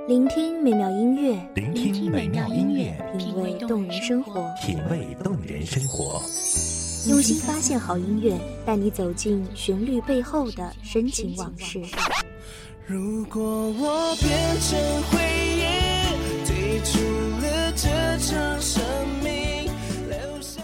聆听美妙音乐， 聆听美妙音乐， 品味动人生活， 品味动人生活。 用心发现好音乐，带你走进旋律背后的深情往事。 如果我变成回忆，退出了这场生命，留下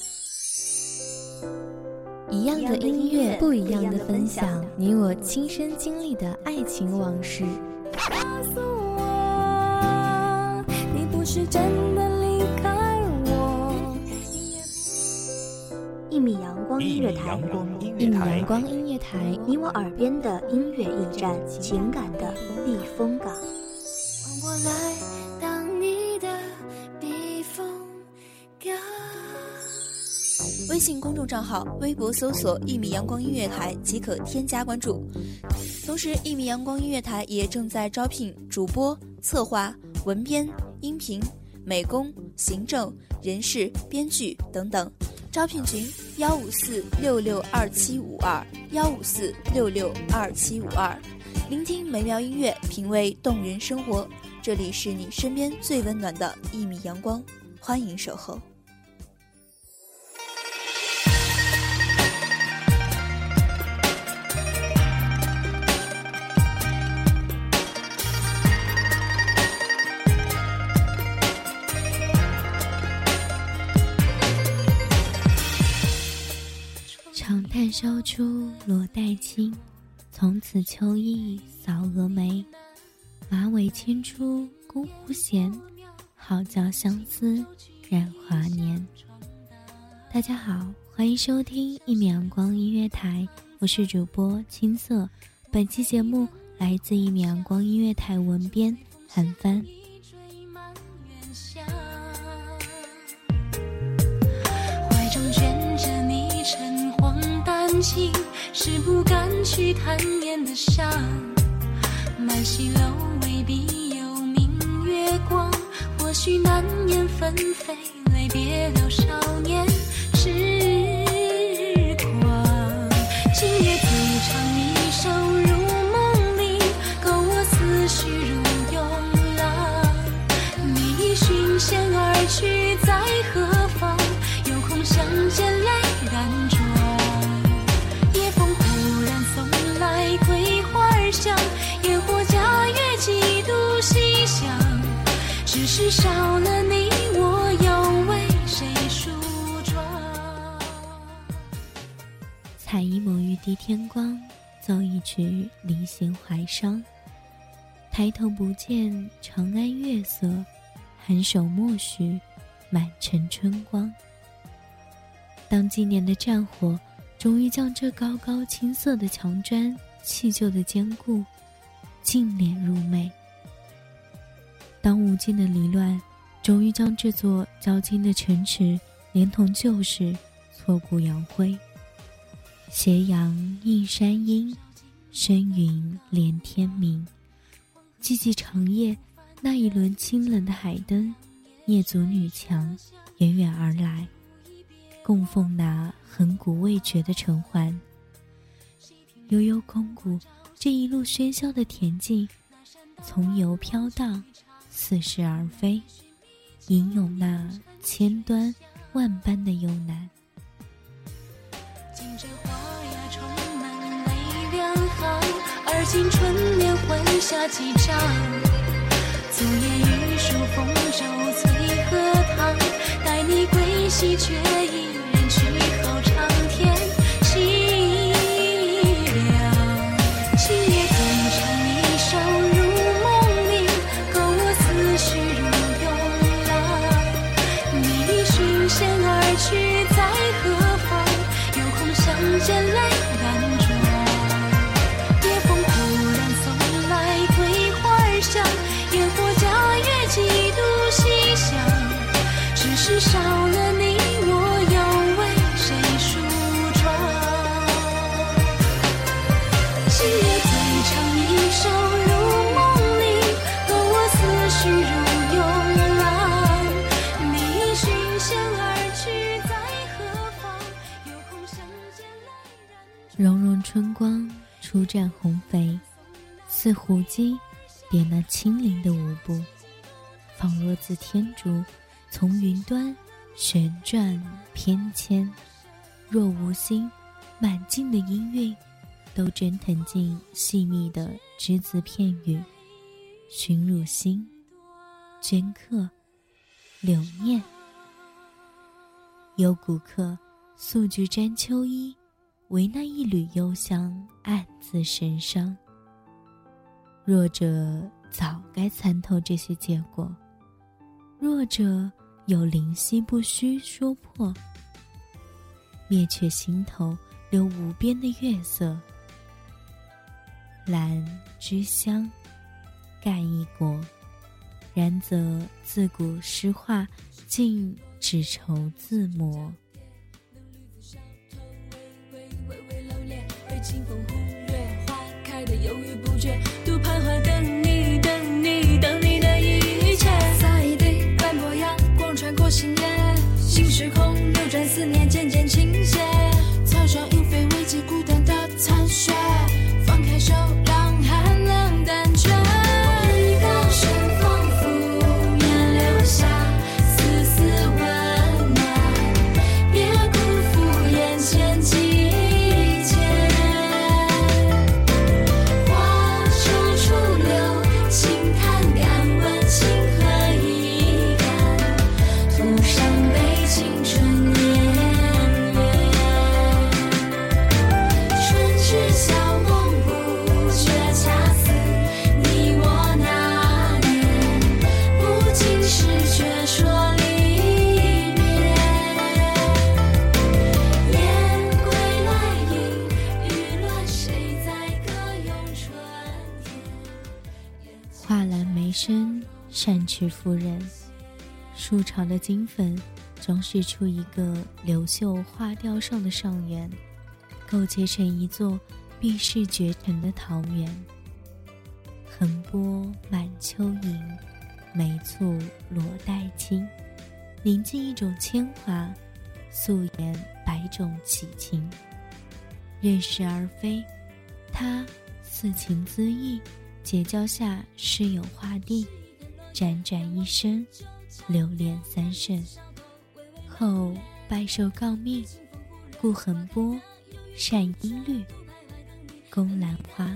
一样的音乐，不一样的分享，你我亲身经历的爱情往事。 告诉我，你不是真的离开我。 一米阳光音乐台， 一米阳光音乐台， 你我耳边的音乐驿站，情感的避风港。 让我来当你的避风港。 微信公众账号、微博搜索“一米阳光音乐台”即可添加关注。同时，一米阳光音乐台也正在招聘主播、策划、文编、音频、美工、行政、人事、编剧等等。招聘群154662752，154662752。聆听美妙音乐，品味动人生活。这里是你身边最温暖的一米阳光，欢迎守候。 长炭烧出罗带青，从此秋意扫蛾眉。马尾牵出孤狐弦，好叫相思染华年。大家好，欢迎收听一米阳光音乐台，我是主播青色。本期节目来自一米阳光音乐台文编韩帆。 怀中卷着你橙黄丹青，是不敢去探念的伤。满戏楼未必有明月光，或许难言纷飞，泪别了少年痴狂。今夜醉唱一首入梦里，勾我思绪如涌浪。你寻仙而去在何方？有空相见泪染妆。夜风忽然送来桂花香，烟火佳乐几度细响。只是少了你，我要为谁梳妆？ 采一抹玉滴天光，奏一曲离弦怀伤。抬头不见长安月色，颔首默许满城春光。当今年的战火终于将这高高青色的墙砖砌就的坚固尽敛入媚，当无尽的离乱终于将这座交金的城池连同旧事挫骨扬灰。斜阳映山阴，深云连天明。寂寂长夜，那一轮清冷的海灯，蹑足女墙远远而来，供奉那恒古未绝的尘寰。悠悠空谷，这一路喧嚣的恬静，从游飘荡，似是而非，吟咏那千端万般的幽难。 金针花呀充满泪两行，而今春眠还下几张。昨夜雨疏风骤醉荷塘，待你归西却一人去，好长天凄凉。今夜醉唱一首入梦里，勾我思绪如涌浪。你寻仙而去在何方？有空相见泪染妆。夜风忽然送来桂花香，烟火佳乐几度细响。只是少了你，我要为谁梳妆？今夜醉唱一首入梦里，勾我思绪如涌浪。你寻仙而去在何方？有空相见泪染妆。 融融春光，初绽红肥，似胡姬点那轻灵的舞步，仿若自天竺从云端旋转翩跹。若无心，满径的音韵都蒸腾进细密的只字片语，寻入心，镌刻留念。有古客素具沾秋衣，唯那一缕幽香暗自神伤。弱者早该参透这些结果，弱者有灵犀不须说破。灭却心头留无边的月色，兰之香盖一国，然则自古诗画尽只愁自磨。 被清风忽略，花开的犹豫不决，独徘徊等你，等你，等你的一切。洒一滴斑驳阳光穿过心夜，心时空流转，思念渐渐倾泻。草上莺飞危机孤单的残雪，放开手让寒冷淡却。一道顺风拂面留下丝丝温暖，别辜负眼前季节。花手处留轻叹，敢问情何以感？途上悲青春年月。春至晓梦不觉，恰似你我那年，不经事却说离别。雁归来影，欲乱谁在歌咏春天。 画栏眉深，善持夫人。树朝的金粉装饰出一个流秀画雕上的上缘，构结成一座碧世绝尘的桃源。横波满秋影，眉蹙罗带青，凝尽一种铅华，素颜百种奇情。任时而飞，他似情恣意，结交下诗友画地，辗转一生，流连三圣。后拜受诰命，故横波，善音律，攻兰花。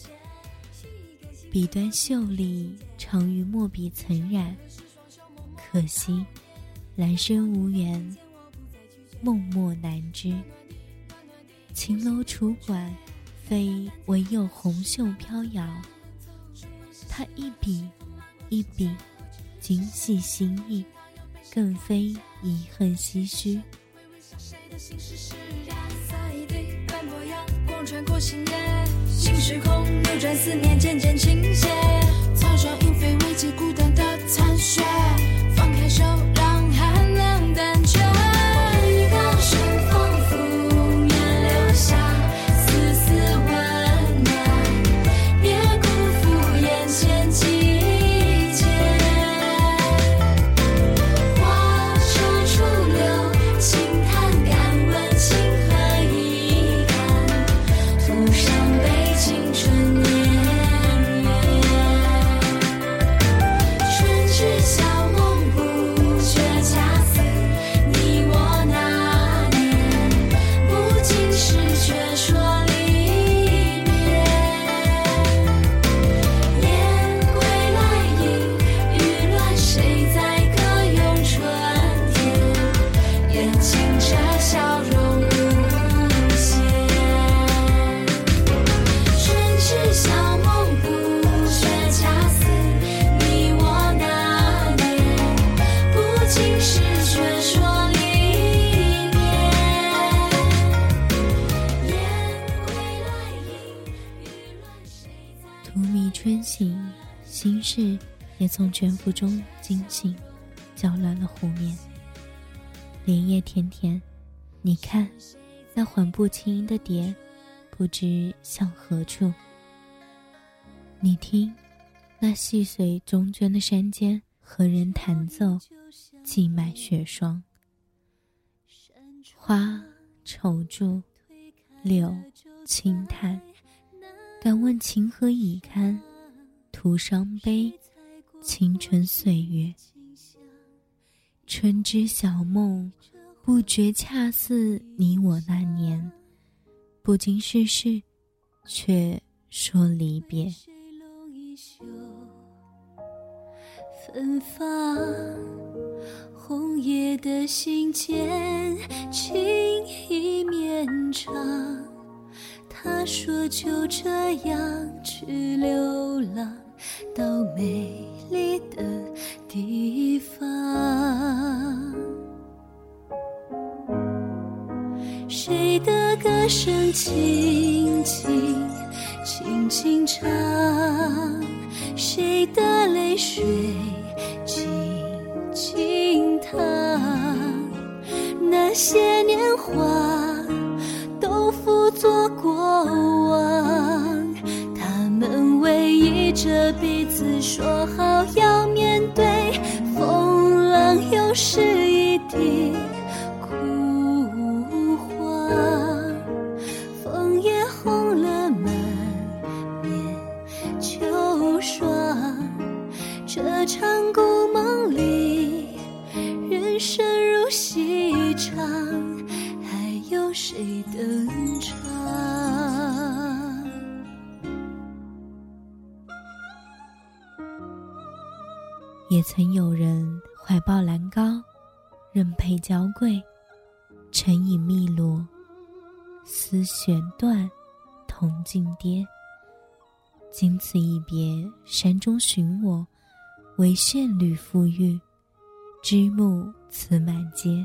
笔端秀丽，常于墨笔曾染。可惜来生无缘，梦莫难知。秦楼楚馆，非唯有红袖飘摇。他一笔一笔精细心意，更非遗恨唏嘘。 谁的心事释然，洒一滴斑驳阳光穿过心夜，心时空流转，思念渐渐倾泻。草上莺飞危机孤单的残雪，放开手让寒冷淡却。一道顺风拂面留下丝丝温暖，别辜负眼前季节。花手处留轻叹，敢问情何以感？途上悲青春年月。春至晓梦不觉，恰似你我那年，不经事却说离别。雁归来影，欲乱谁在歌咏春天？眼睛着笑容无限。春至晓梦不觉，恰似你我那年，不经事却说离别。雁归来影，欲乱谁在荼蘼春醒，心事也从卷腹中惊醒，搅乱了湖面。莲叶田田，你看那缓步轻盈的蝶，不知向何处。你听那细碎中涓的山间，何人弹奏寄满雪霜。花愁住，柳轻叹，敢问情何以堪？ 徒伤悲，青春岁月。春之小梦，不觉恰似你我那年，不经世事，却说离别。 芬芳红叶的信笺，情意绵长。他说就这样去流浪到美丽的地方。谁的歌声轻轻轻轻唱，谁的泪水静静淌。那些年华都辅佐过往，他们偎依着彼此说好要面对风浪，又是一地枯黄。枫叶红了满面秋霜，这场故梦里人生如戏场，还有谁登场？ 也曾有人怀抱兰膏，任佩娇贵，沉饮汨罗，丝弦断，铜镜跌。经此一别，山中寻我，唯羡侣馥郁，枝木刺满街。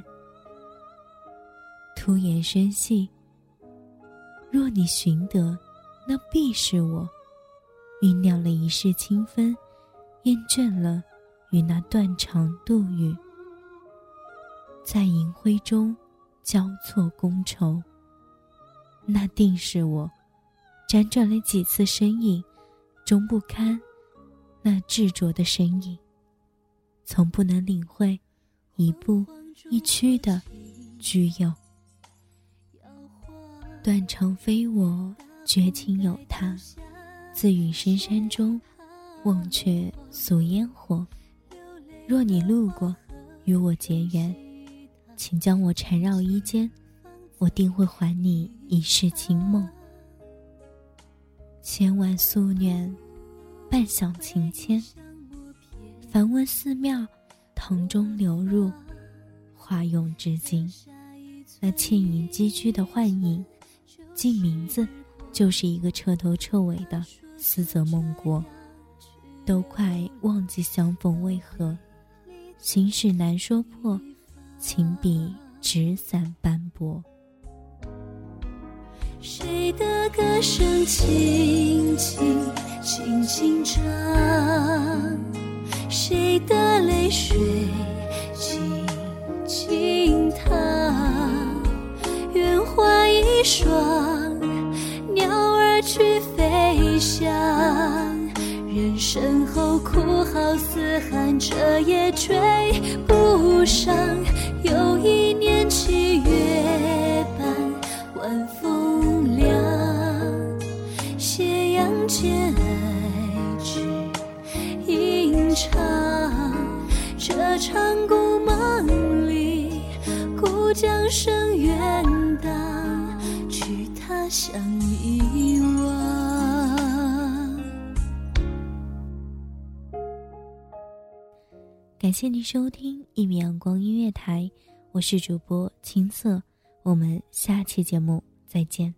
突言深细，若你寻得，那必是我。酝酿了一世清芬，厌倦了与那断肠度语，在银灰中交错宫愁。那定是我，辗转了几次身影，终不堪那执着的身影，从不能领会一步一趋的居有。断肠非我，绝情有他，自云深山中忘却俗烟火。若你路过与我结缘，请将我缠绕衣间，我定会还你一世清梦。千万夙愿，半响情牵，梵问寺庙，堂中流入，化用至今。那倩影积居的幻影，记名字就是一个彻头彻尾的思则梦国。都快忘记相逢为何，心事难说破，情比纸伞斑驳。 谁的歌声轻轻轻轻唱，谁的泪水静静淌。愿画一双鸟儿去飞翔，人生后哭号嘶喊，这也追不上。有一年7月半，晚风凉，斜阳间爱只吟唱。这场故梦里，故将声远荡，去他乡遗忘。 感谢您收听一米阳光音乐台，我是主播青色，我们下期节目再见。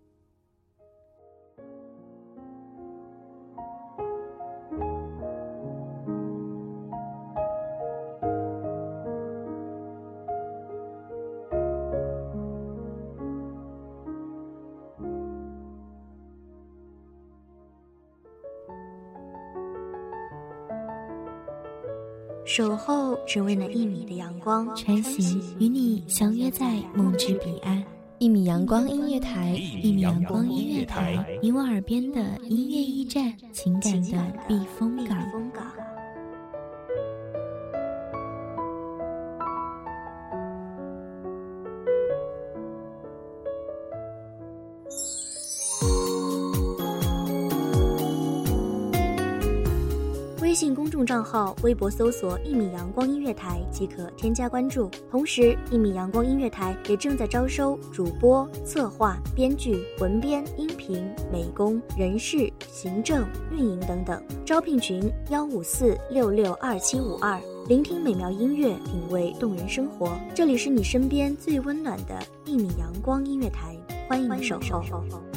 守候只为那1米的阳光， 穿行与你相约在梦之彼岸。 1米阳光音乐台 1米阳光音乐台，你我耳边的音乐驿站，情感的避风港。 微信公众账号、微博搜索“1米阳光音乐台”即可添加关注。同时，1米阳光音乐台也正在招收主播、策划、编剧、文编、音频、美工、人事、行政、运营等等。招聘群154662752。聆听美妙音乐，品味动人生活。这里是你身边最温暖的1米阳光音乐台，欢迎守候。